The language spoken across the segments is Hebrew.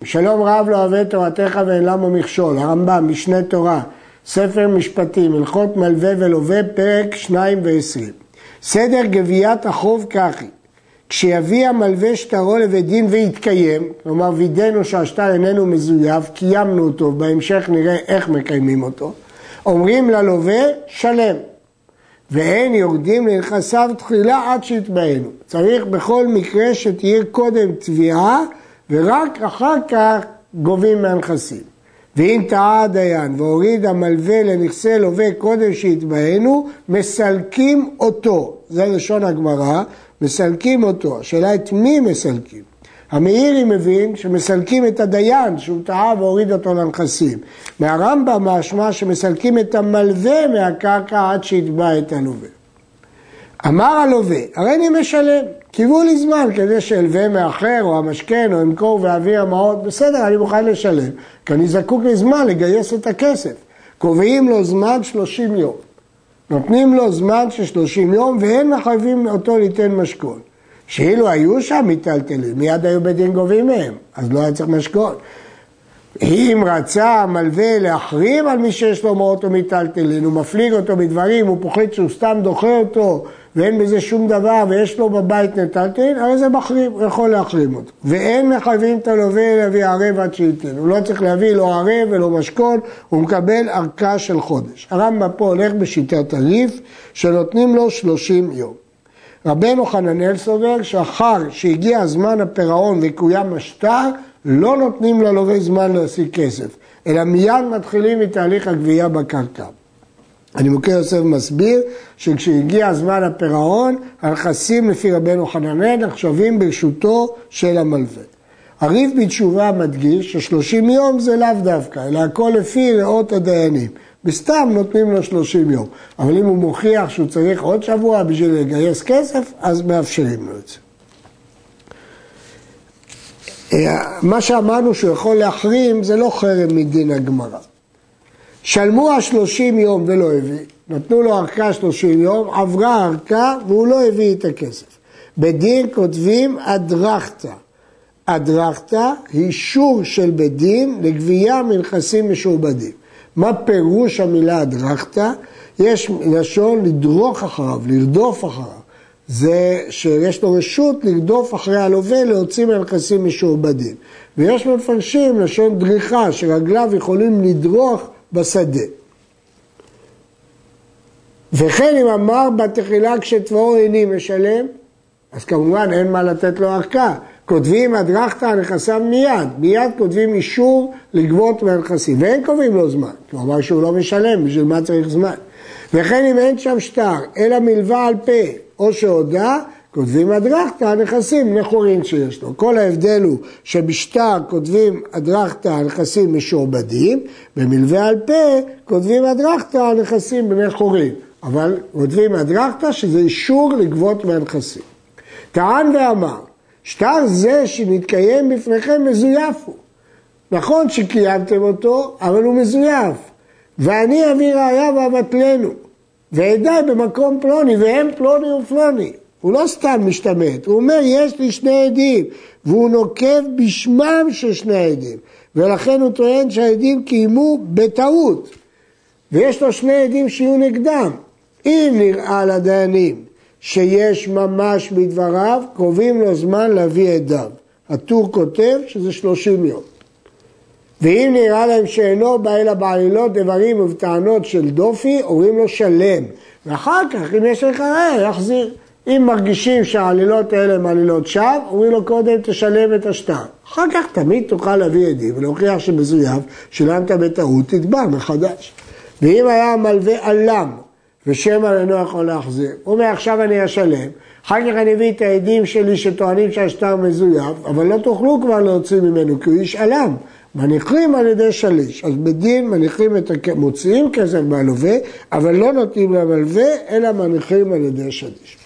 שלום רב לא אוהב את תורתך ואין למה מכשול, הרמב"ם, משנה תורה, ספר משפטים, הלכות מלווה ולווה, פרק 22. סדר גביית החוב ככה, כשיביא המלווה שטרו לבית דין ויתקיים, כלומר וידאנו שהשטר איננו מזויף, קיימנו אותו, בהמשך נראה איך מקיימים אותו, אומרים ללווה שלם, ואין יורדים לנכסיו תחילה עד שיתבענו. צריך בכל מקרה שתהיה קודם תביעה, ורק אחר כך גובים מהנכסים. ואם טעה הדיין והוריד המלווה לנכסי לווה קודם שיתבענו, מסלקים אותו. זה לשון הגמרא, מסלקים אותו. השאלה את מי מסלקים? המאירי מבין שמסלקים את הדיין שהוא טעה והוריד אותו לנכסים. מהרמב"ם משמע שמסלקים את המלווה מהקרקע עד שיתבע את הלווה. אמר הלווה, הרי אני משלם, קיבלו לי זמן כדי שאלווה מאחר או המשכן או אמכור ואביא המעות, בסדר, אני מוכן לשלם, כי אני זקוק לזמן לגייס את הכסף. קובעים לו זמן 30 יום, נותנים לו זמן של 30 יום ואין מחייבים אותו ליתן משכון. שאילו היו שם מיטלטלים, מיד היו בדין גובים מהם, אז לא היה צריך משכון. אם רצה המלווה להחרים על מי שיש לו מעות או מיטלטלין, הוא מפליג אותו בדברים, הוא פוחד שהוא סתם דוחה אותו, ואין בזה שום דבר, ויש לו בבית מיטלטלין, הרי זה מחרים, הוא יכול להחרים אותו. ואין מחייבים את הלווה להביא ערב עד שייתן, הוא לא צריך להביא לא ערב ולא משכון, הוא מקבל ארכה של חודש. הרמב"ם פה הולך בשיטת הריף, שנותנים לו 30 יום. רבנו חננאל סובר שאחר שהגיע זמן הפירעון וקוים השטר, לא נותנים ללווה זמן להשיג כסף, אלא מיד מתחילים מתהליך הגבייה בקרקע. הנימוקי יוסף מסביר שכשהגיע זמן הפירעון, הנכסים לפי רבנו חננאל נחשבים ברשותו של המלווה. הריף בתשובה מדגיש ש30 יום זה לאו דווקא, אלא הכל לפי ראות הדיינים. בסתם נותנים לו 30 יום, אבל אם הוא מוכיח שהוא צריך עוד שבוע בשביל לגייס כסף, אז מאפשרים לו את זה. מה שאמרנו שהוא יכול להחרים זה לא חרם מדין הגמרא. שלמו 30 יום ולא הביא, נתנו לו ארכה 30 יום, עברה הארכה והוא לא הביא את הכסף. בדין כותבים אדרכתא. אדרכתא היא אישור של בית דין לגבייה מנכסים משועבדים. מה פירוש המילה אדרכתא? יש לשון לדרוך אחריו, לרדוף אחריו. זה שיש לו רשות לרדוף אחרי הלווה להוציא מנכסים משועבדים. ויש מפרשים לשון דריכה, שרגליו יכולים לדרוך בשדה. וכן אם אמר בתחילה כשתבעו איני משלם, אז כמובן אין מה לתת לו ארכה. כותבים אדרכתא נכסיו מיד כותבים אישור לגבות מהנכסים, ואין קובעים לו זמן, כלומר שהוא לא משלם, בשביל מה צריך זמן. וכן אם אין שם שטר, אלא מלווה על פה, או שהודע, כותבים אדרכתא נכסים נכורין שיש לו. כל ההבדל הוא שבשטר כותבים אדרכתא נכסים משועבדים, במלווה על פה כותבים אדרכתא נכסים נכורין, אבל כותבים אדרכתא שזה אישור לגבות מהנכסים. טען ואמר, שטר זה שנתקיים בפניכם מזויף הוא. נכון שקיימתם אותו, אבל הוא מזויף. ואני אביא ראיה ואבטלנו. ועדיי במקום פלוני, והם פלוני ופלוני. הוא לא סתם משתמט, הוא אומר יש לי שני עדים, והוא נוקב בשמם של שני עדים. ולכן הוא טוען שהעדים קיימו בטעות. ויש לו שני עדים שיהיו נגדם. אם נראה לדיינים שיש ממש בדבריו, קרובים לו זמן להביא עדיו. הטור כותב שזה 30 יום. ואם נראה להם שאינו בא אלא בעלילות דברים ובטענות של דופי, אומרים לו שלם. ואחר כך, אם יש לך ראיה, יחזיר. אם מרגישים שהעלילות האלה הן עלילות שווא, אומרים לו קודם תשלם את השטר. אחר כך תמיד תוכל להביא עדים ולהוכיח שמזויף, שילמת בטעות, תתבע מחדש. ואם היה המלווה עלם, ושמא אינו יכול להחזיר. הוא אומר, עכשיו אני אשלם, אחר כך אני אביא את העדים שלי שטוענים שהשטר מזויף, אבל לא תוכלו כבר להוציא ממנו, כי הוא איש עלם. מניחים על ידי שליש. אז בדין מניחים מוציאים כסף מהלווה, אבל לא נותנים למלווה, אלא מניחים על ידי שליש.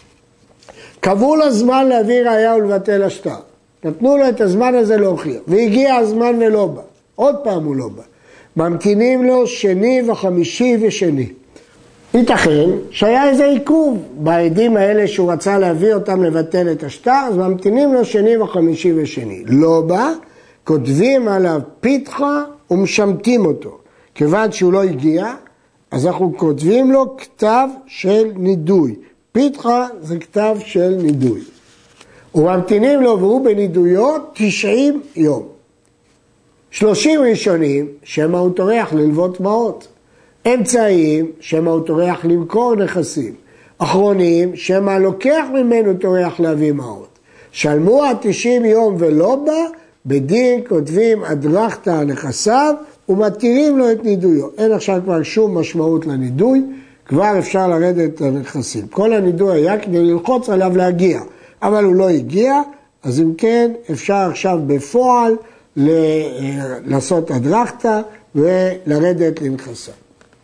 קבעו לו זמן להביא ראיה ולבטל השטר. נתנו לו את הזמן הזה להוכיח, והגיע הזמן ולא בא. עוד פעם הוא לא בא. ממתינים לו שני וחמישי ושני. ייתכן שהיה איזה עיכוב בעדים האלה שהוא רצה להביא אותם לבטל את השטר, אז ממתינים לו שני וחמישי ושני. לא בא, כותבים עליו פיתחה ומשמטים אותו. כיוון שהוא לא הגיע, אז אנחנו כותבים לו כתב של נידוי. פיתחה זה כתב של נידוי. וממתינים לו והוא בנידויות 90 יום. 30 ראשונים שמא הוא טורח ללוות מעות. אמצעיים שמא הוא טורח למכור נכסים. אחרונים שמא לוקח ממנו טורח להביא מעות. שלמו 90 יום ולא בא, בדין כותבים הדרכתא על נכסיו ומתירים לו את נידויו. אין עכשיו כבר שום משמעות לנידוי, כבר אפשר לרדת לנכסים. כל הנידוי היה כדי ללחוץ עליו להגיע, אבל הוא לא הגיע, אז אם כן אפשר עכשיו בפועל לעשות הדרכתא ולרדת לנכסיו.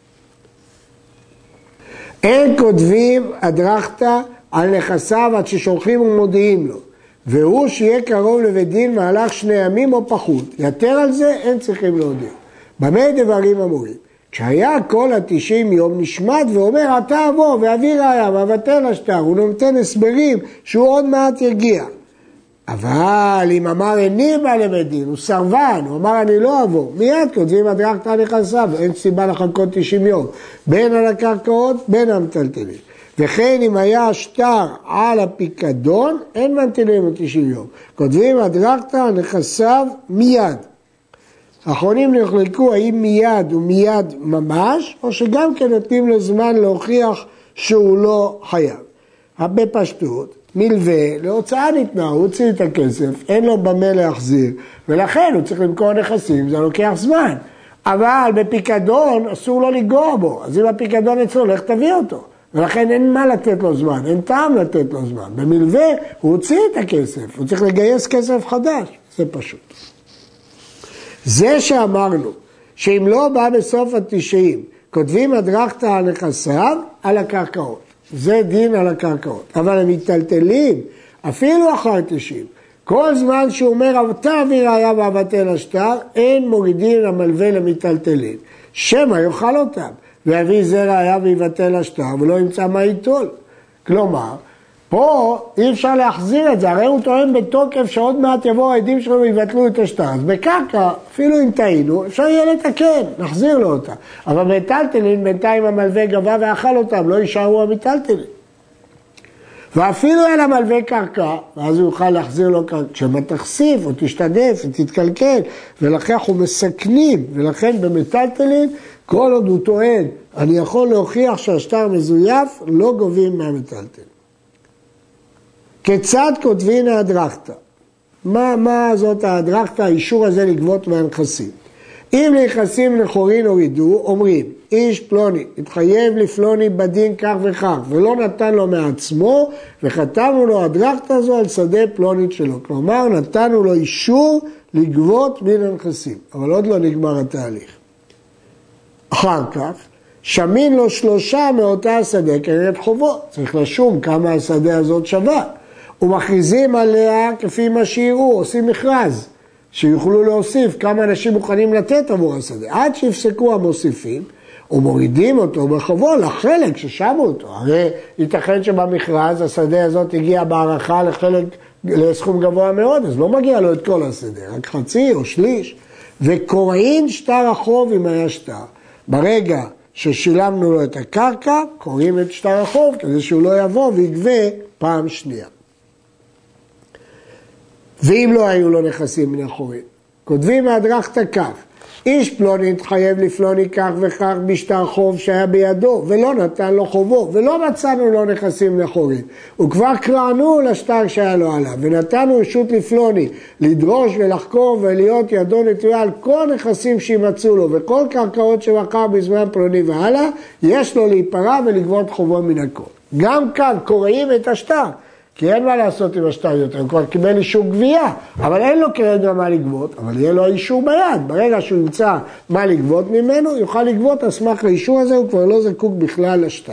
אין כותבים הדרכתא על נכסיו עד ששולחים ומודיעים לו, והוא שיהיה קרוב לבית דין מהלך 2 ימים או פחות. יתר על זה אין צריכים להודיע. במה דברים אמורים? כשהיה כל 90 יום נשמט ואומר אתה אבוא ואביא ראיה ואבטל השטר, הוא נותן הסברים שהוא עוד מעט יגיע. אבל אם אמר איני בא לבית דין, הוא סרבן, הוא אמר אני לא אבוא, מיד כותבים הדרכתא על נכסיו, אין סיבה לחכות 90 יום, בין על הקרקעות בין המטלטלים. וכן אם היה שטר על הפיקדון, אין ממתינים לו 90 יום. כותבים הדרכתא על נכסיו מיד. האחרונים נחלקו האם מיד ומיד ממש, או שגם כן נותנים לו זמן להוכיח שהוא לא חייב. בפשטות, מלווה, להוצאה ניתנה, הוא הוציא את הכסף, אין לו במה להחזיר, ולכן הוא צריך למכור נכסים, זה לוקח זמן. אבל בפיקדון אסור לו לגוע בו, אז אם הפיקדון אצלו, לך תביא אותו. ולכן אין מה לתת לו זמן, אין טעם לתת לו זמן. במלווה הוא הוציא את הכסף, הוא צריך לגייס כסף חדש, זה פשוט. זה שאמרנו, שאם לא בא בסוף 90, כותבים הדרכתא על נכסיו על הקרקעות. זה דין על הקרקעות. אבל הם מטלטלים, אפילו אחר 90. כל זמן שהוא אומר, אתה אביא ראיה ואבטל השטר, אין מורידים למלווה למטלטלים. שמא יאכל אותם. ויביא זה ראיה ויבטל השטר, ולא ימצא מה ייטול. כלומר, פה אי אפשר להחזיר את זה, הרי הוא טוען בתוקף שעוד מעט יבואו העדים שלו ויבטלו את השטר. אז בקרקע, אפילו אם טעינו, אפשר יהיה לתקן, נחזיר לו אותה. אבל בטלטלין, בינתיים המלווה גבה ואכל אותם, לא יישארו המטלטלין. ואפילו אין המלווה קרקע, ואז הוא יוכל להחזיר לו קרקע. כשמה תחשיף או תשתדף ותתקלקל, ולכן אנחנו מסכנים, ולכן במטלטלין, כל עוד הוא טוען, אני יכול להוכיח שהשטר מזויף, לא גובים מהמטלטלין. כיצד כותבים הדרכתא? מה זאת הדרכתא, האישור הזה לגבות מהנכסים? אם לנכסים לכאורין הורידו, אומרים, איש פלוני, התחייב לפלוני בדין כך וכך, ולא נתן לו מעצמו, וכתבנו לו הדרכתא הזו על שדה פלונית שלו. כלומר, נתנו לו אישור לגבות מן הנכסים, אבל עוד לא נגמר התהליך. אחר כך, שמין לו 3 מאותה השדה כנגד חובו. צריך לשום כמה השדה הזאת שווה. ומכריזים עליה כפי מה שיראו, עושים מכרז, שיוכלו להוסיף כמה אנשים מוכנים לתת עבור השדה. עד שיפסקו המוסיפים, ומורידים אותו בחובו לחלק ששמו אותו. הרי ייתכן שבמכרז השדה הזאת הגיע בערכה לסכום גבוה מאוד, אז לא מגיע לו את כל השדה, רק חצי או שליש. וקוראים שטר החוב אם היה שטר. ברגע ששילמנו לו את הקרקע, קוראים את שטר החוב, כדי שהוא לא יבוא ויגבה פעם שנייה. ואם לא היו לו נכסים מן החורים, כותבים מהדרכתא כך, איש פלוני התחייב לפלוני כך וכך בשטר חוב שהיה בידו, ולא נתן לו חובו, ולא מצאנו לו נכסים לחורים. וכבר קראנו לשטר שהיה לו עליו, ונתנו רשות לפלוני לדרוש ולחקור ולהיות ידו נטויה על כל נכסים שימצאו לו, וכל קרקעות שמכר בזמן פלוני והלאה, יש לו להיפרע ולגבות חובו מן הכל. גם כאן קוראים את השטר. כי אין מה לעשות עם השטר יותר, הוא כבר קיבל אישור גבייה, אבל אין לו כרגע מה לגבות, אבל יהיה לו אישור ביד. ברגע שהוא ימצא מה לגבות ממנו, יוכל לגבות על סמך האישור הזה, הוא כבר לא זקוק בכלל לשטר.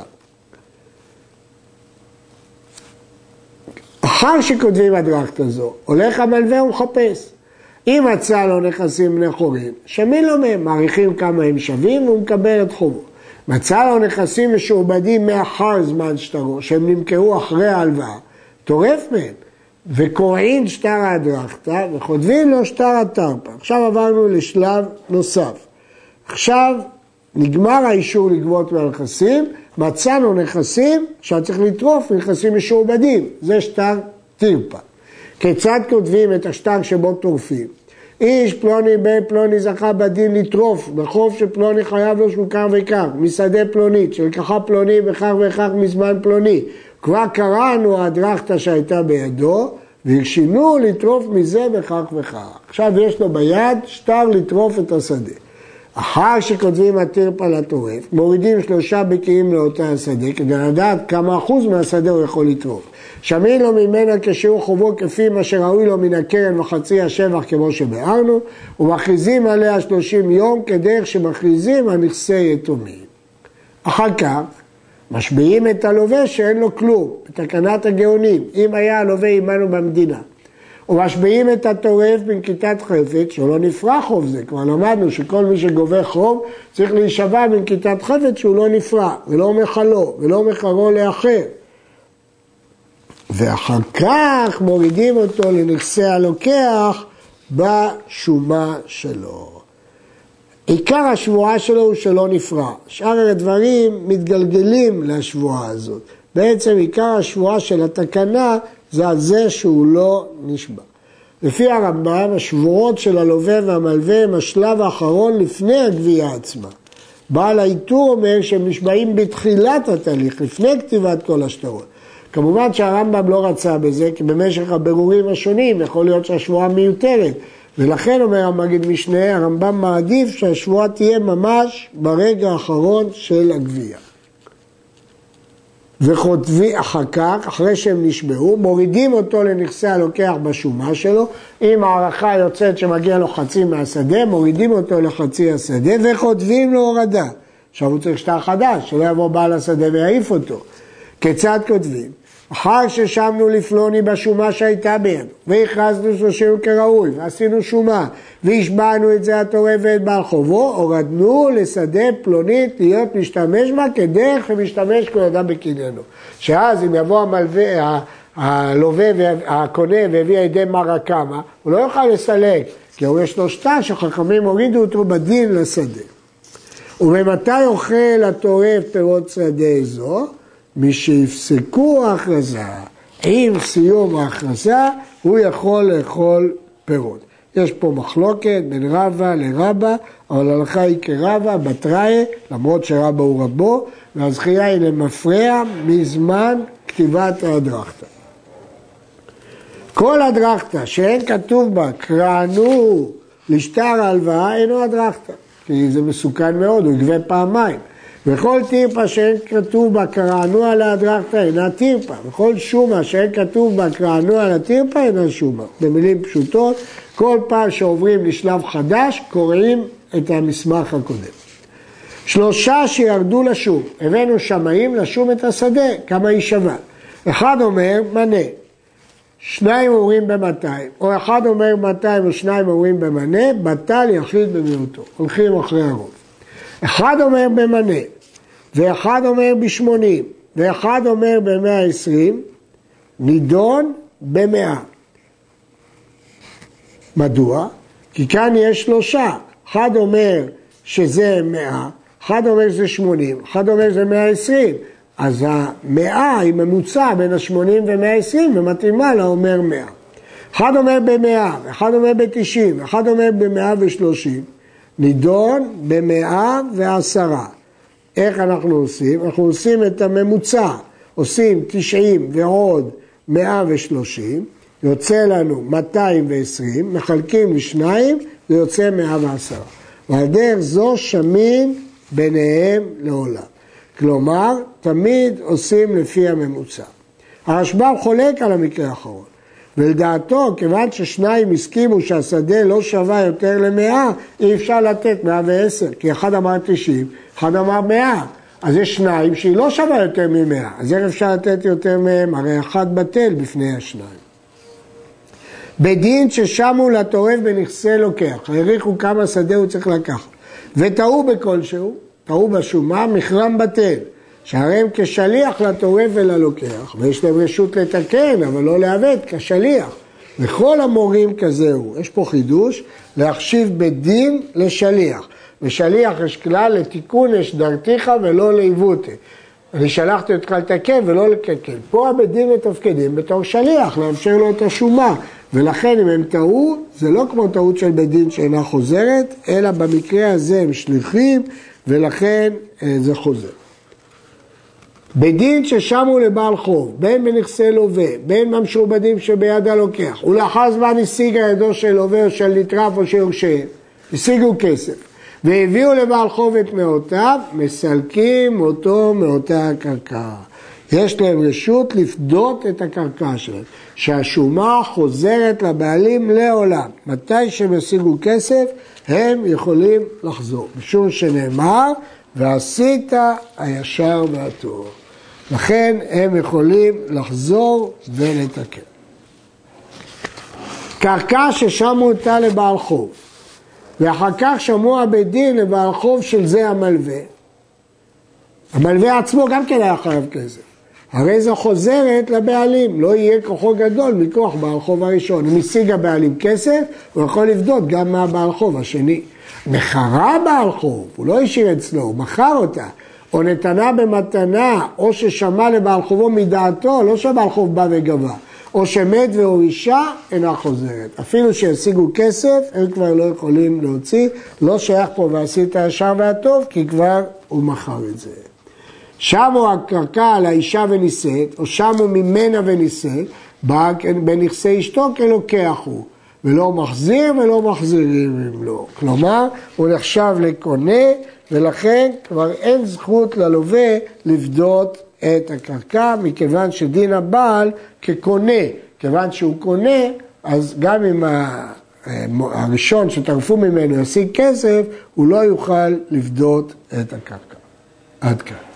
אחר שכותבים הדרכתא הזו, הולך המלווה ומחפש. אם מצא לו נכסים בני חורים, שמין לו מהם, מעריכים כמה הם שווים, והוא מקבל את חובו. מצא לו נכסים משועבדים מאחר זמן שטרו, שהם נמכרו אחרי ההלוואה, טורף מהם, וקוראים שטר האדרחתא וכותבים לו שטר התרפ"א. עכשיו עברנו לשלב נוסף. עכשיו נגמר האישור לגבות מהנכסים, מצאנו נכסים, עכשיו צריך לטרוף נכסים משועבדים, זה שטר תרפ"א. כיצד כותבים את השטר שבו טורפים? איש פלוני בן פלוני זכה בדין לטרוף, בחוב שפלוני חייב לו שהוא כך וכך, משדה פלונית, שלקחה פלוני וכך וכך מזמן פלוני. כבר קראנו האדרחתא שהייתה בידו, והרשינו לטרוף מזה וכך וכך. עכשיו יש לו ביד שטר לטרוף את השדה. אחר שכותבים התרפ"א לטורף, מורידים 3 בקיעים לאותה השדה, כדי לדעת כמה אחוז מהשדה הוא יכול לטרוף. שמין לו ממנה כשהוא חובו כפי מה שראוי לו מן הקרן וחצי השבח כמו שבארנו, ומכריזים עליה 30 יום כדרך שמכריזים על נכסי יתומים. אחר כך משביעים את הלווה שאין לו כלום, בתקנת הגאונים, אם היה הלווה עמנו במדינה. ומשביעים את הטורף בנקיטת חפץ, שהוא לא נפרע חוב זה, כבר למדנו שכל מי שגובה חוב צריך להישבע בנקיטת חפץ שהוא לא נפרע, ולא מחלו, ולא מחרו לאחר. ואחר כך מורידים אותו לנכסי הלוקח בשומה שלו. עיקר השבועה שלו הוא שלא נפרע. שאר הדברים מתגלגלים לשבועה הזאת. בעצם עיקר השבועה של התקנה זה על זה שהוא לא נשבע. לפי הרמב"ם, השבועות של הלווה והמלווה הם השלב האחרון לפני הגבייה עצמה. בעל העיטור אומר שהם נשבעים בתחילת התהליך, לפני כתיבת כל השטרות. כמובן שהרמב"ם לא רצה בזה, כי במשך הבירורים השונים יכול להיות שהשבועה מיותרת. ולכן אומר המגיד משנה, הרמב"ם מעדיף שהשבועה תהיה ממש ברגע האחרון של הגבייה. וכותבי אחר כך, אחרי שהם נשבעו, מורידים אותו לנכסי הלוקח בשומה שלו, אם הערכה יוצאת שמגיע לו חצי מהשדה, מורידים אותו לחצי השדה וכותבים לו הורדה. עכשיו הוא צריך שטר חדש, שלא יבוא בעל השדה ויעיף אותו. כיצד כותבים? אחר ששמנו לפלוני בשומה שהייתה בידו, והכרזנו שושנו כראוי, ועשינו שומה, והשבענו את זה הטורף ואת בעל חובו, הורדנו לשדה פלונית להיות משתמש בה כדרך ומשתמש כל אדם בקניינו. שאז אם יבוא המלווה, הלווה והקונה והביא ידי מרא קמא, הוא לא יוכל לסלק, כי הוא יש לו שטר שחכמים הורידו אותו בדין לשדה. וממתי אוכל הטורף פירות שדה זו? מי שיפסקו ההכרזה, עם סיום ההכרזה, הוא יכול לאכול פירות. יש פה מחלוקת בין רבא לרבא, אבל ההלכה היא כרבא, בתראי, למרות שרבא הוא רבו, והזכייה היא למפרע מזמן כתיבת האדרחתא. כל אדרחתא שאין כתוב בה, קראנו לשטר ההלוואה, אינו אדרחתא, כי זה מסוכן מאוד, הוא יגבה פעמיים. וכל תרפ"א שאין כתוב בה קראנו על האדרחתא אינה תרפ"א, וכל שומה שאין כתוב בה קראנו על התרפ"א אינה שומה. במילים פשוטות, כל פעם שעוברים לשלב חדש, קוראים את המסמך הקודם. 3 שירדו לשום, הבאנו שמאים לשום את השדה, כמה היא שווה. אחד אומר מנה, 2 אומרים ב200, או אחד אומר 200 ו2 אומרים במנה, בטל יחיד במיעוטו, הולכים אחרי הרוב. אחד אומר במנה, ואחד אומר ב80, ואחד אומר ב120, נידון ב100. מדוע? כי כאן יש 3. אחד אומר שזה 100, אחד אומר שזה 80, אחד אומר שזה 120. אז ה100 היא ממוצע בין ה80 ו120, ומתאימה לה אומר 100. אחד אומר ב100, אחד אומר ב90, אחד אומר ב130. נידון ב110. איך אנחנו עושים? אנחנו עושים את הממוצע, עושים 90 ועוד 130, יוצא לנו 220, מחלקים לשניים, זה יוצא 110. ועל דרך זו שמין ביניהם לעולם. כלומר, תמיד עושים לפי הממוצע. הרשב"ם חולק על המקרה האחרון. ולדעתו, כיוון ששניים הסכימו שהשדה לא שווה יותר ל100, אי אפשר לתת 110, כי אחד אמר 90, אחד אמר 100. אז יש 2 שהיא לא שווה יותר מ100, אז איך אפשר לתת יותר מהם? הרי אחד בטל בפני השניים. בדין ששמו לטורף בנכסי לוקח, העריכו כמה שדה הוא צריך לקחת, וטעו בכלשהו, טעו בשומה, מכרם בטל. שהרי הם כשליח לטורף וללוקח, ויש להם רשות לתקן, אבל לא לעבד כשליח. וכל המורים כזה הוא. יש פה חידוש, להחשיב בדין לשליח. ושליח יש כלל לתיקון יש דרתיך ולא לעיוותי. אני שלחתי אותך לתקן ולא לקלקל. פה הבדין מתפקדים בתור שליח, לאפשר לו את השומה. ולכן אם הם טעו, זה לא כמו טעות של בדין שאינה חוזרת, אלא במקרה הזה הם שליחים, ולכן זה חוזר. בדין ששמו לבעל חוב, בין בנכסי לווה, בין במשועבדים שביד הלוקח, ולאחר זמן השיגה ידו של לווה או של נטרף או של יורשה, השיגו כסף, והביאו לבעל חוב את מאותיו, מסלקים אותו מאותה הקרקע. יש להם רשות לפדות את הקרקע שלהם, שהשומה חוזרת לבעלים לעולם. מתי שהם השיגו כסף, הם יכולים לחזור. משום שנאמר, ועשית הישר והטוב. לכן הם יכולים לחזור ולתקן. קרקע ששמו אותה לבעל חוב, ואחר כך שמעו הבית דין לבעל חוב של זה המלווה. המלווה עצמו גם כן היה חייב כסף. הרי זו חוזרת לבעלים, לא יהיה כוחו גדול מכוח בעל חוב הראשון. אם השיג הבעלים כסף, הוא יכול לבדות גם מהבעל חוב השני. מכרה בעל חוב, הוא לא השאיר אצלו, הוא מכר אותה, או נתנה במתנה, או ששמע לבעל חובו מדעתו, לא שבעל חוב בא וגבה, או שמת והורישה, אינה חוזרת. אפילו שהשיגו כסף, הם כבר לא יכולים להוציא, לא שייך פה ועשית הישר והטוב, כי כבר הוא מכר את זה. שמו הקרקע על האישה ונישאת, או שמו ממנה ונישאת, בנכסי אשתו כלוקח הוא. ולא מחזיר ולא מחזירים אם לא. כלומר, הוא נחשב לקונה, ולכן כבר אין זכות ללווה לפדות את הקרקע, מכיוון שדין הבעל כקונה. כיוון שהוא קונה, אז גם אם הראשון שטרפו ממנו ישיג כסף, הוא לא יוכל לפדות את הקרקע. עד כאן.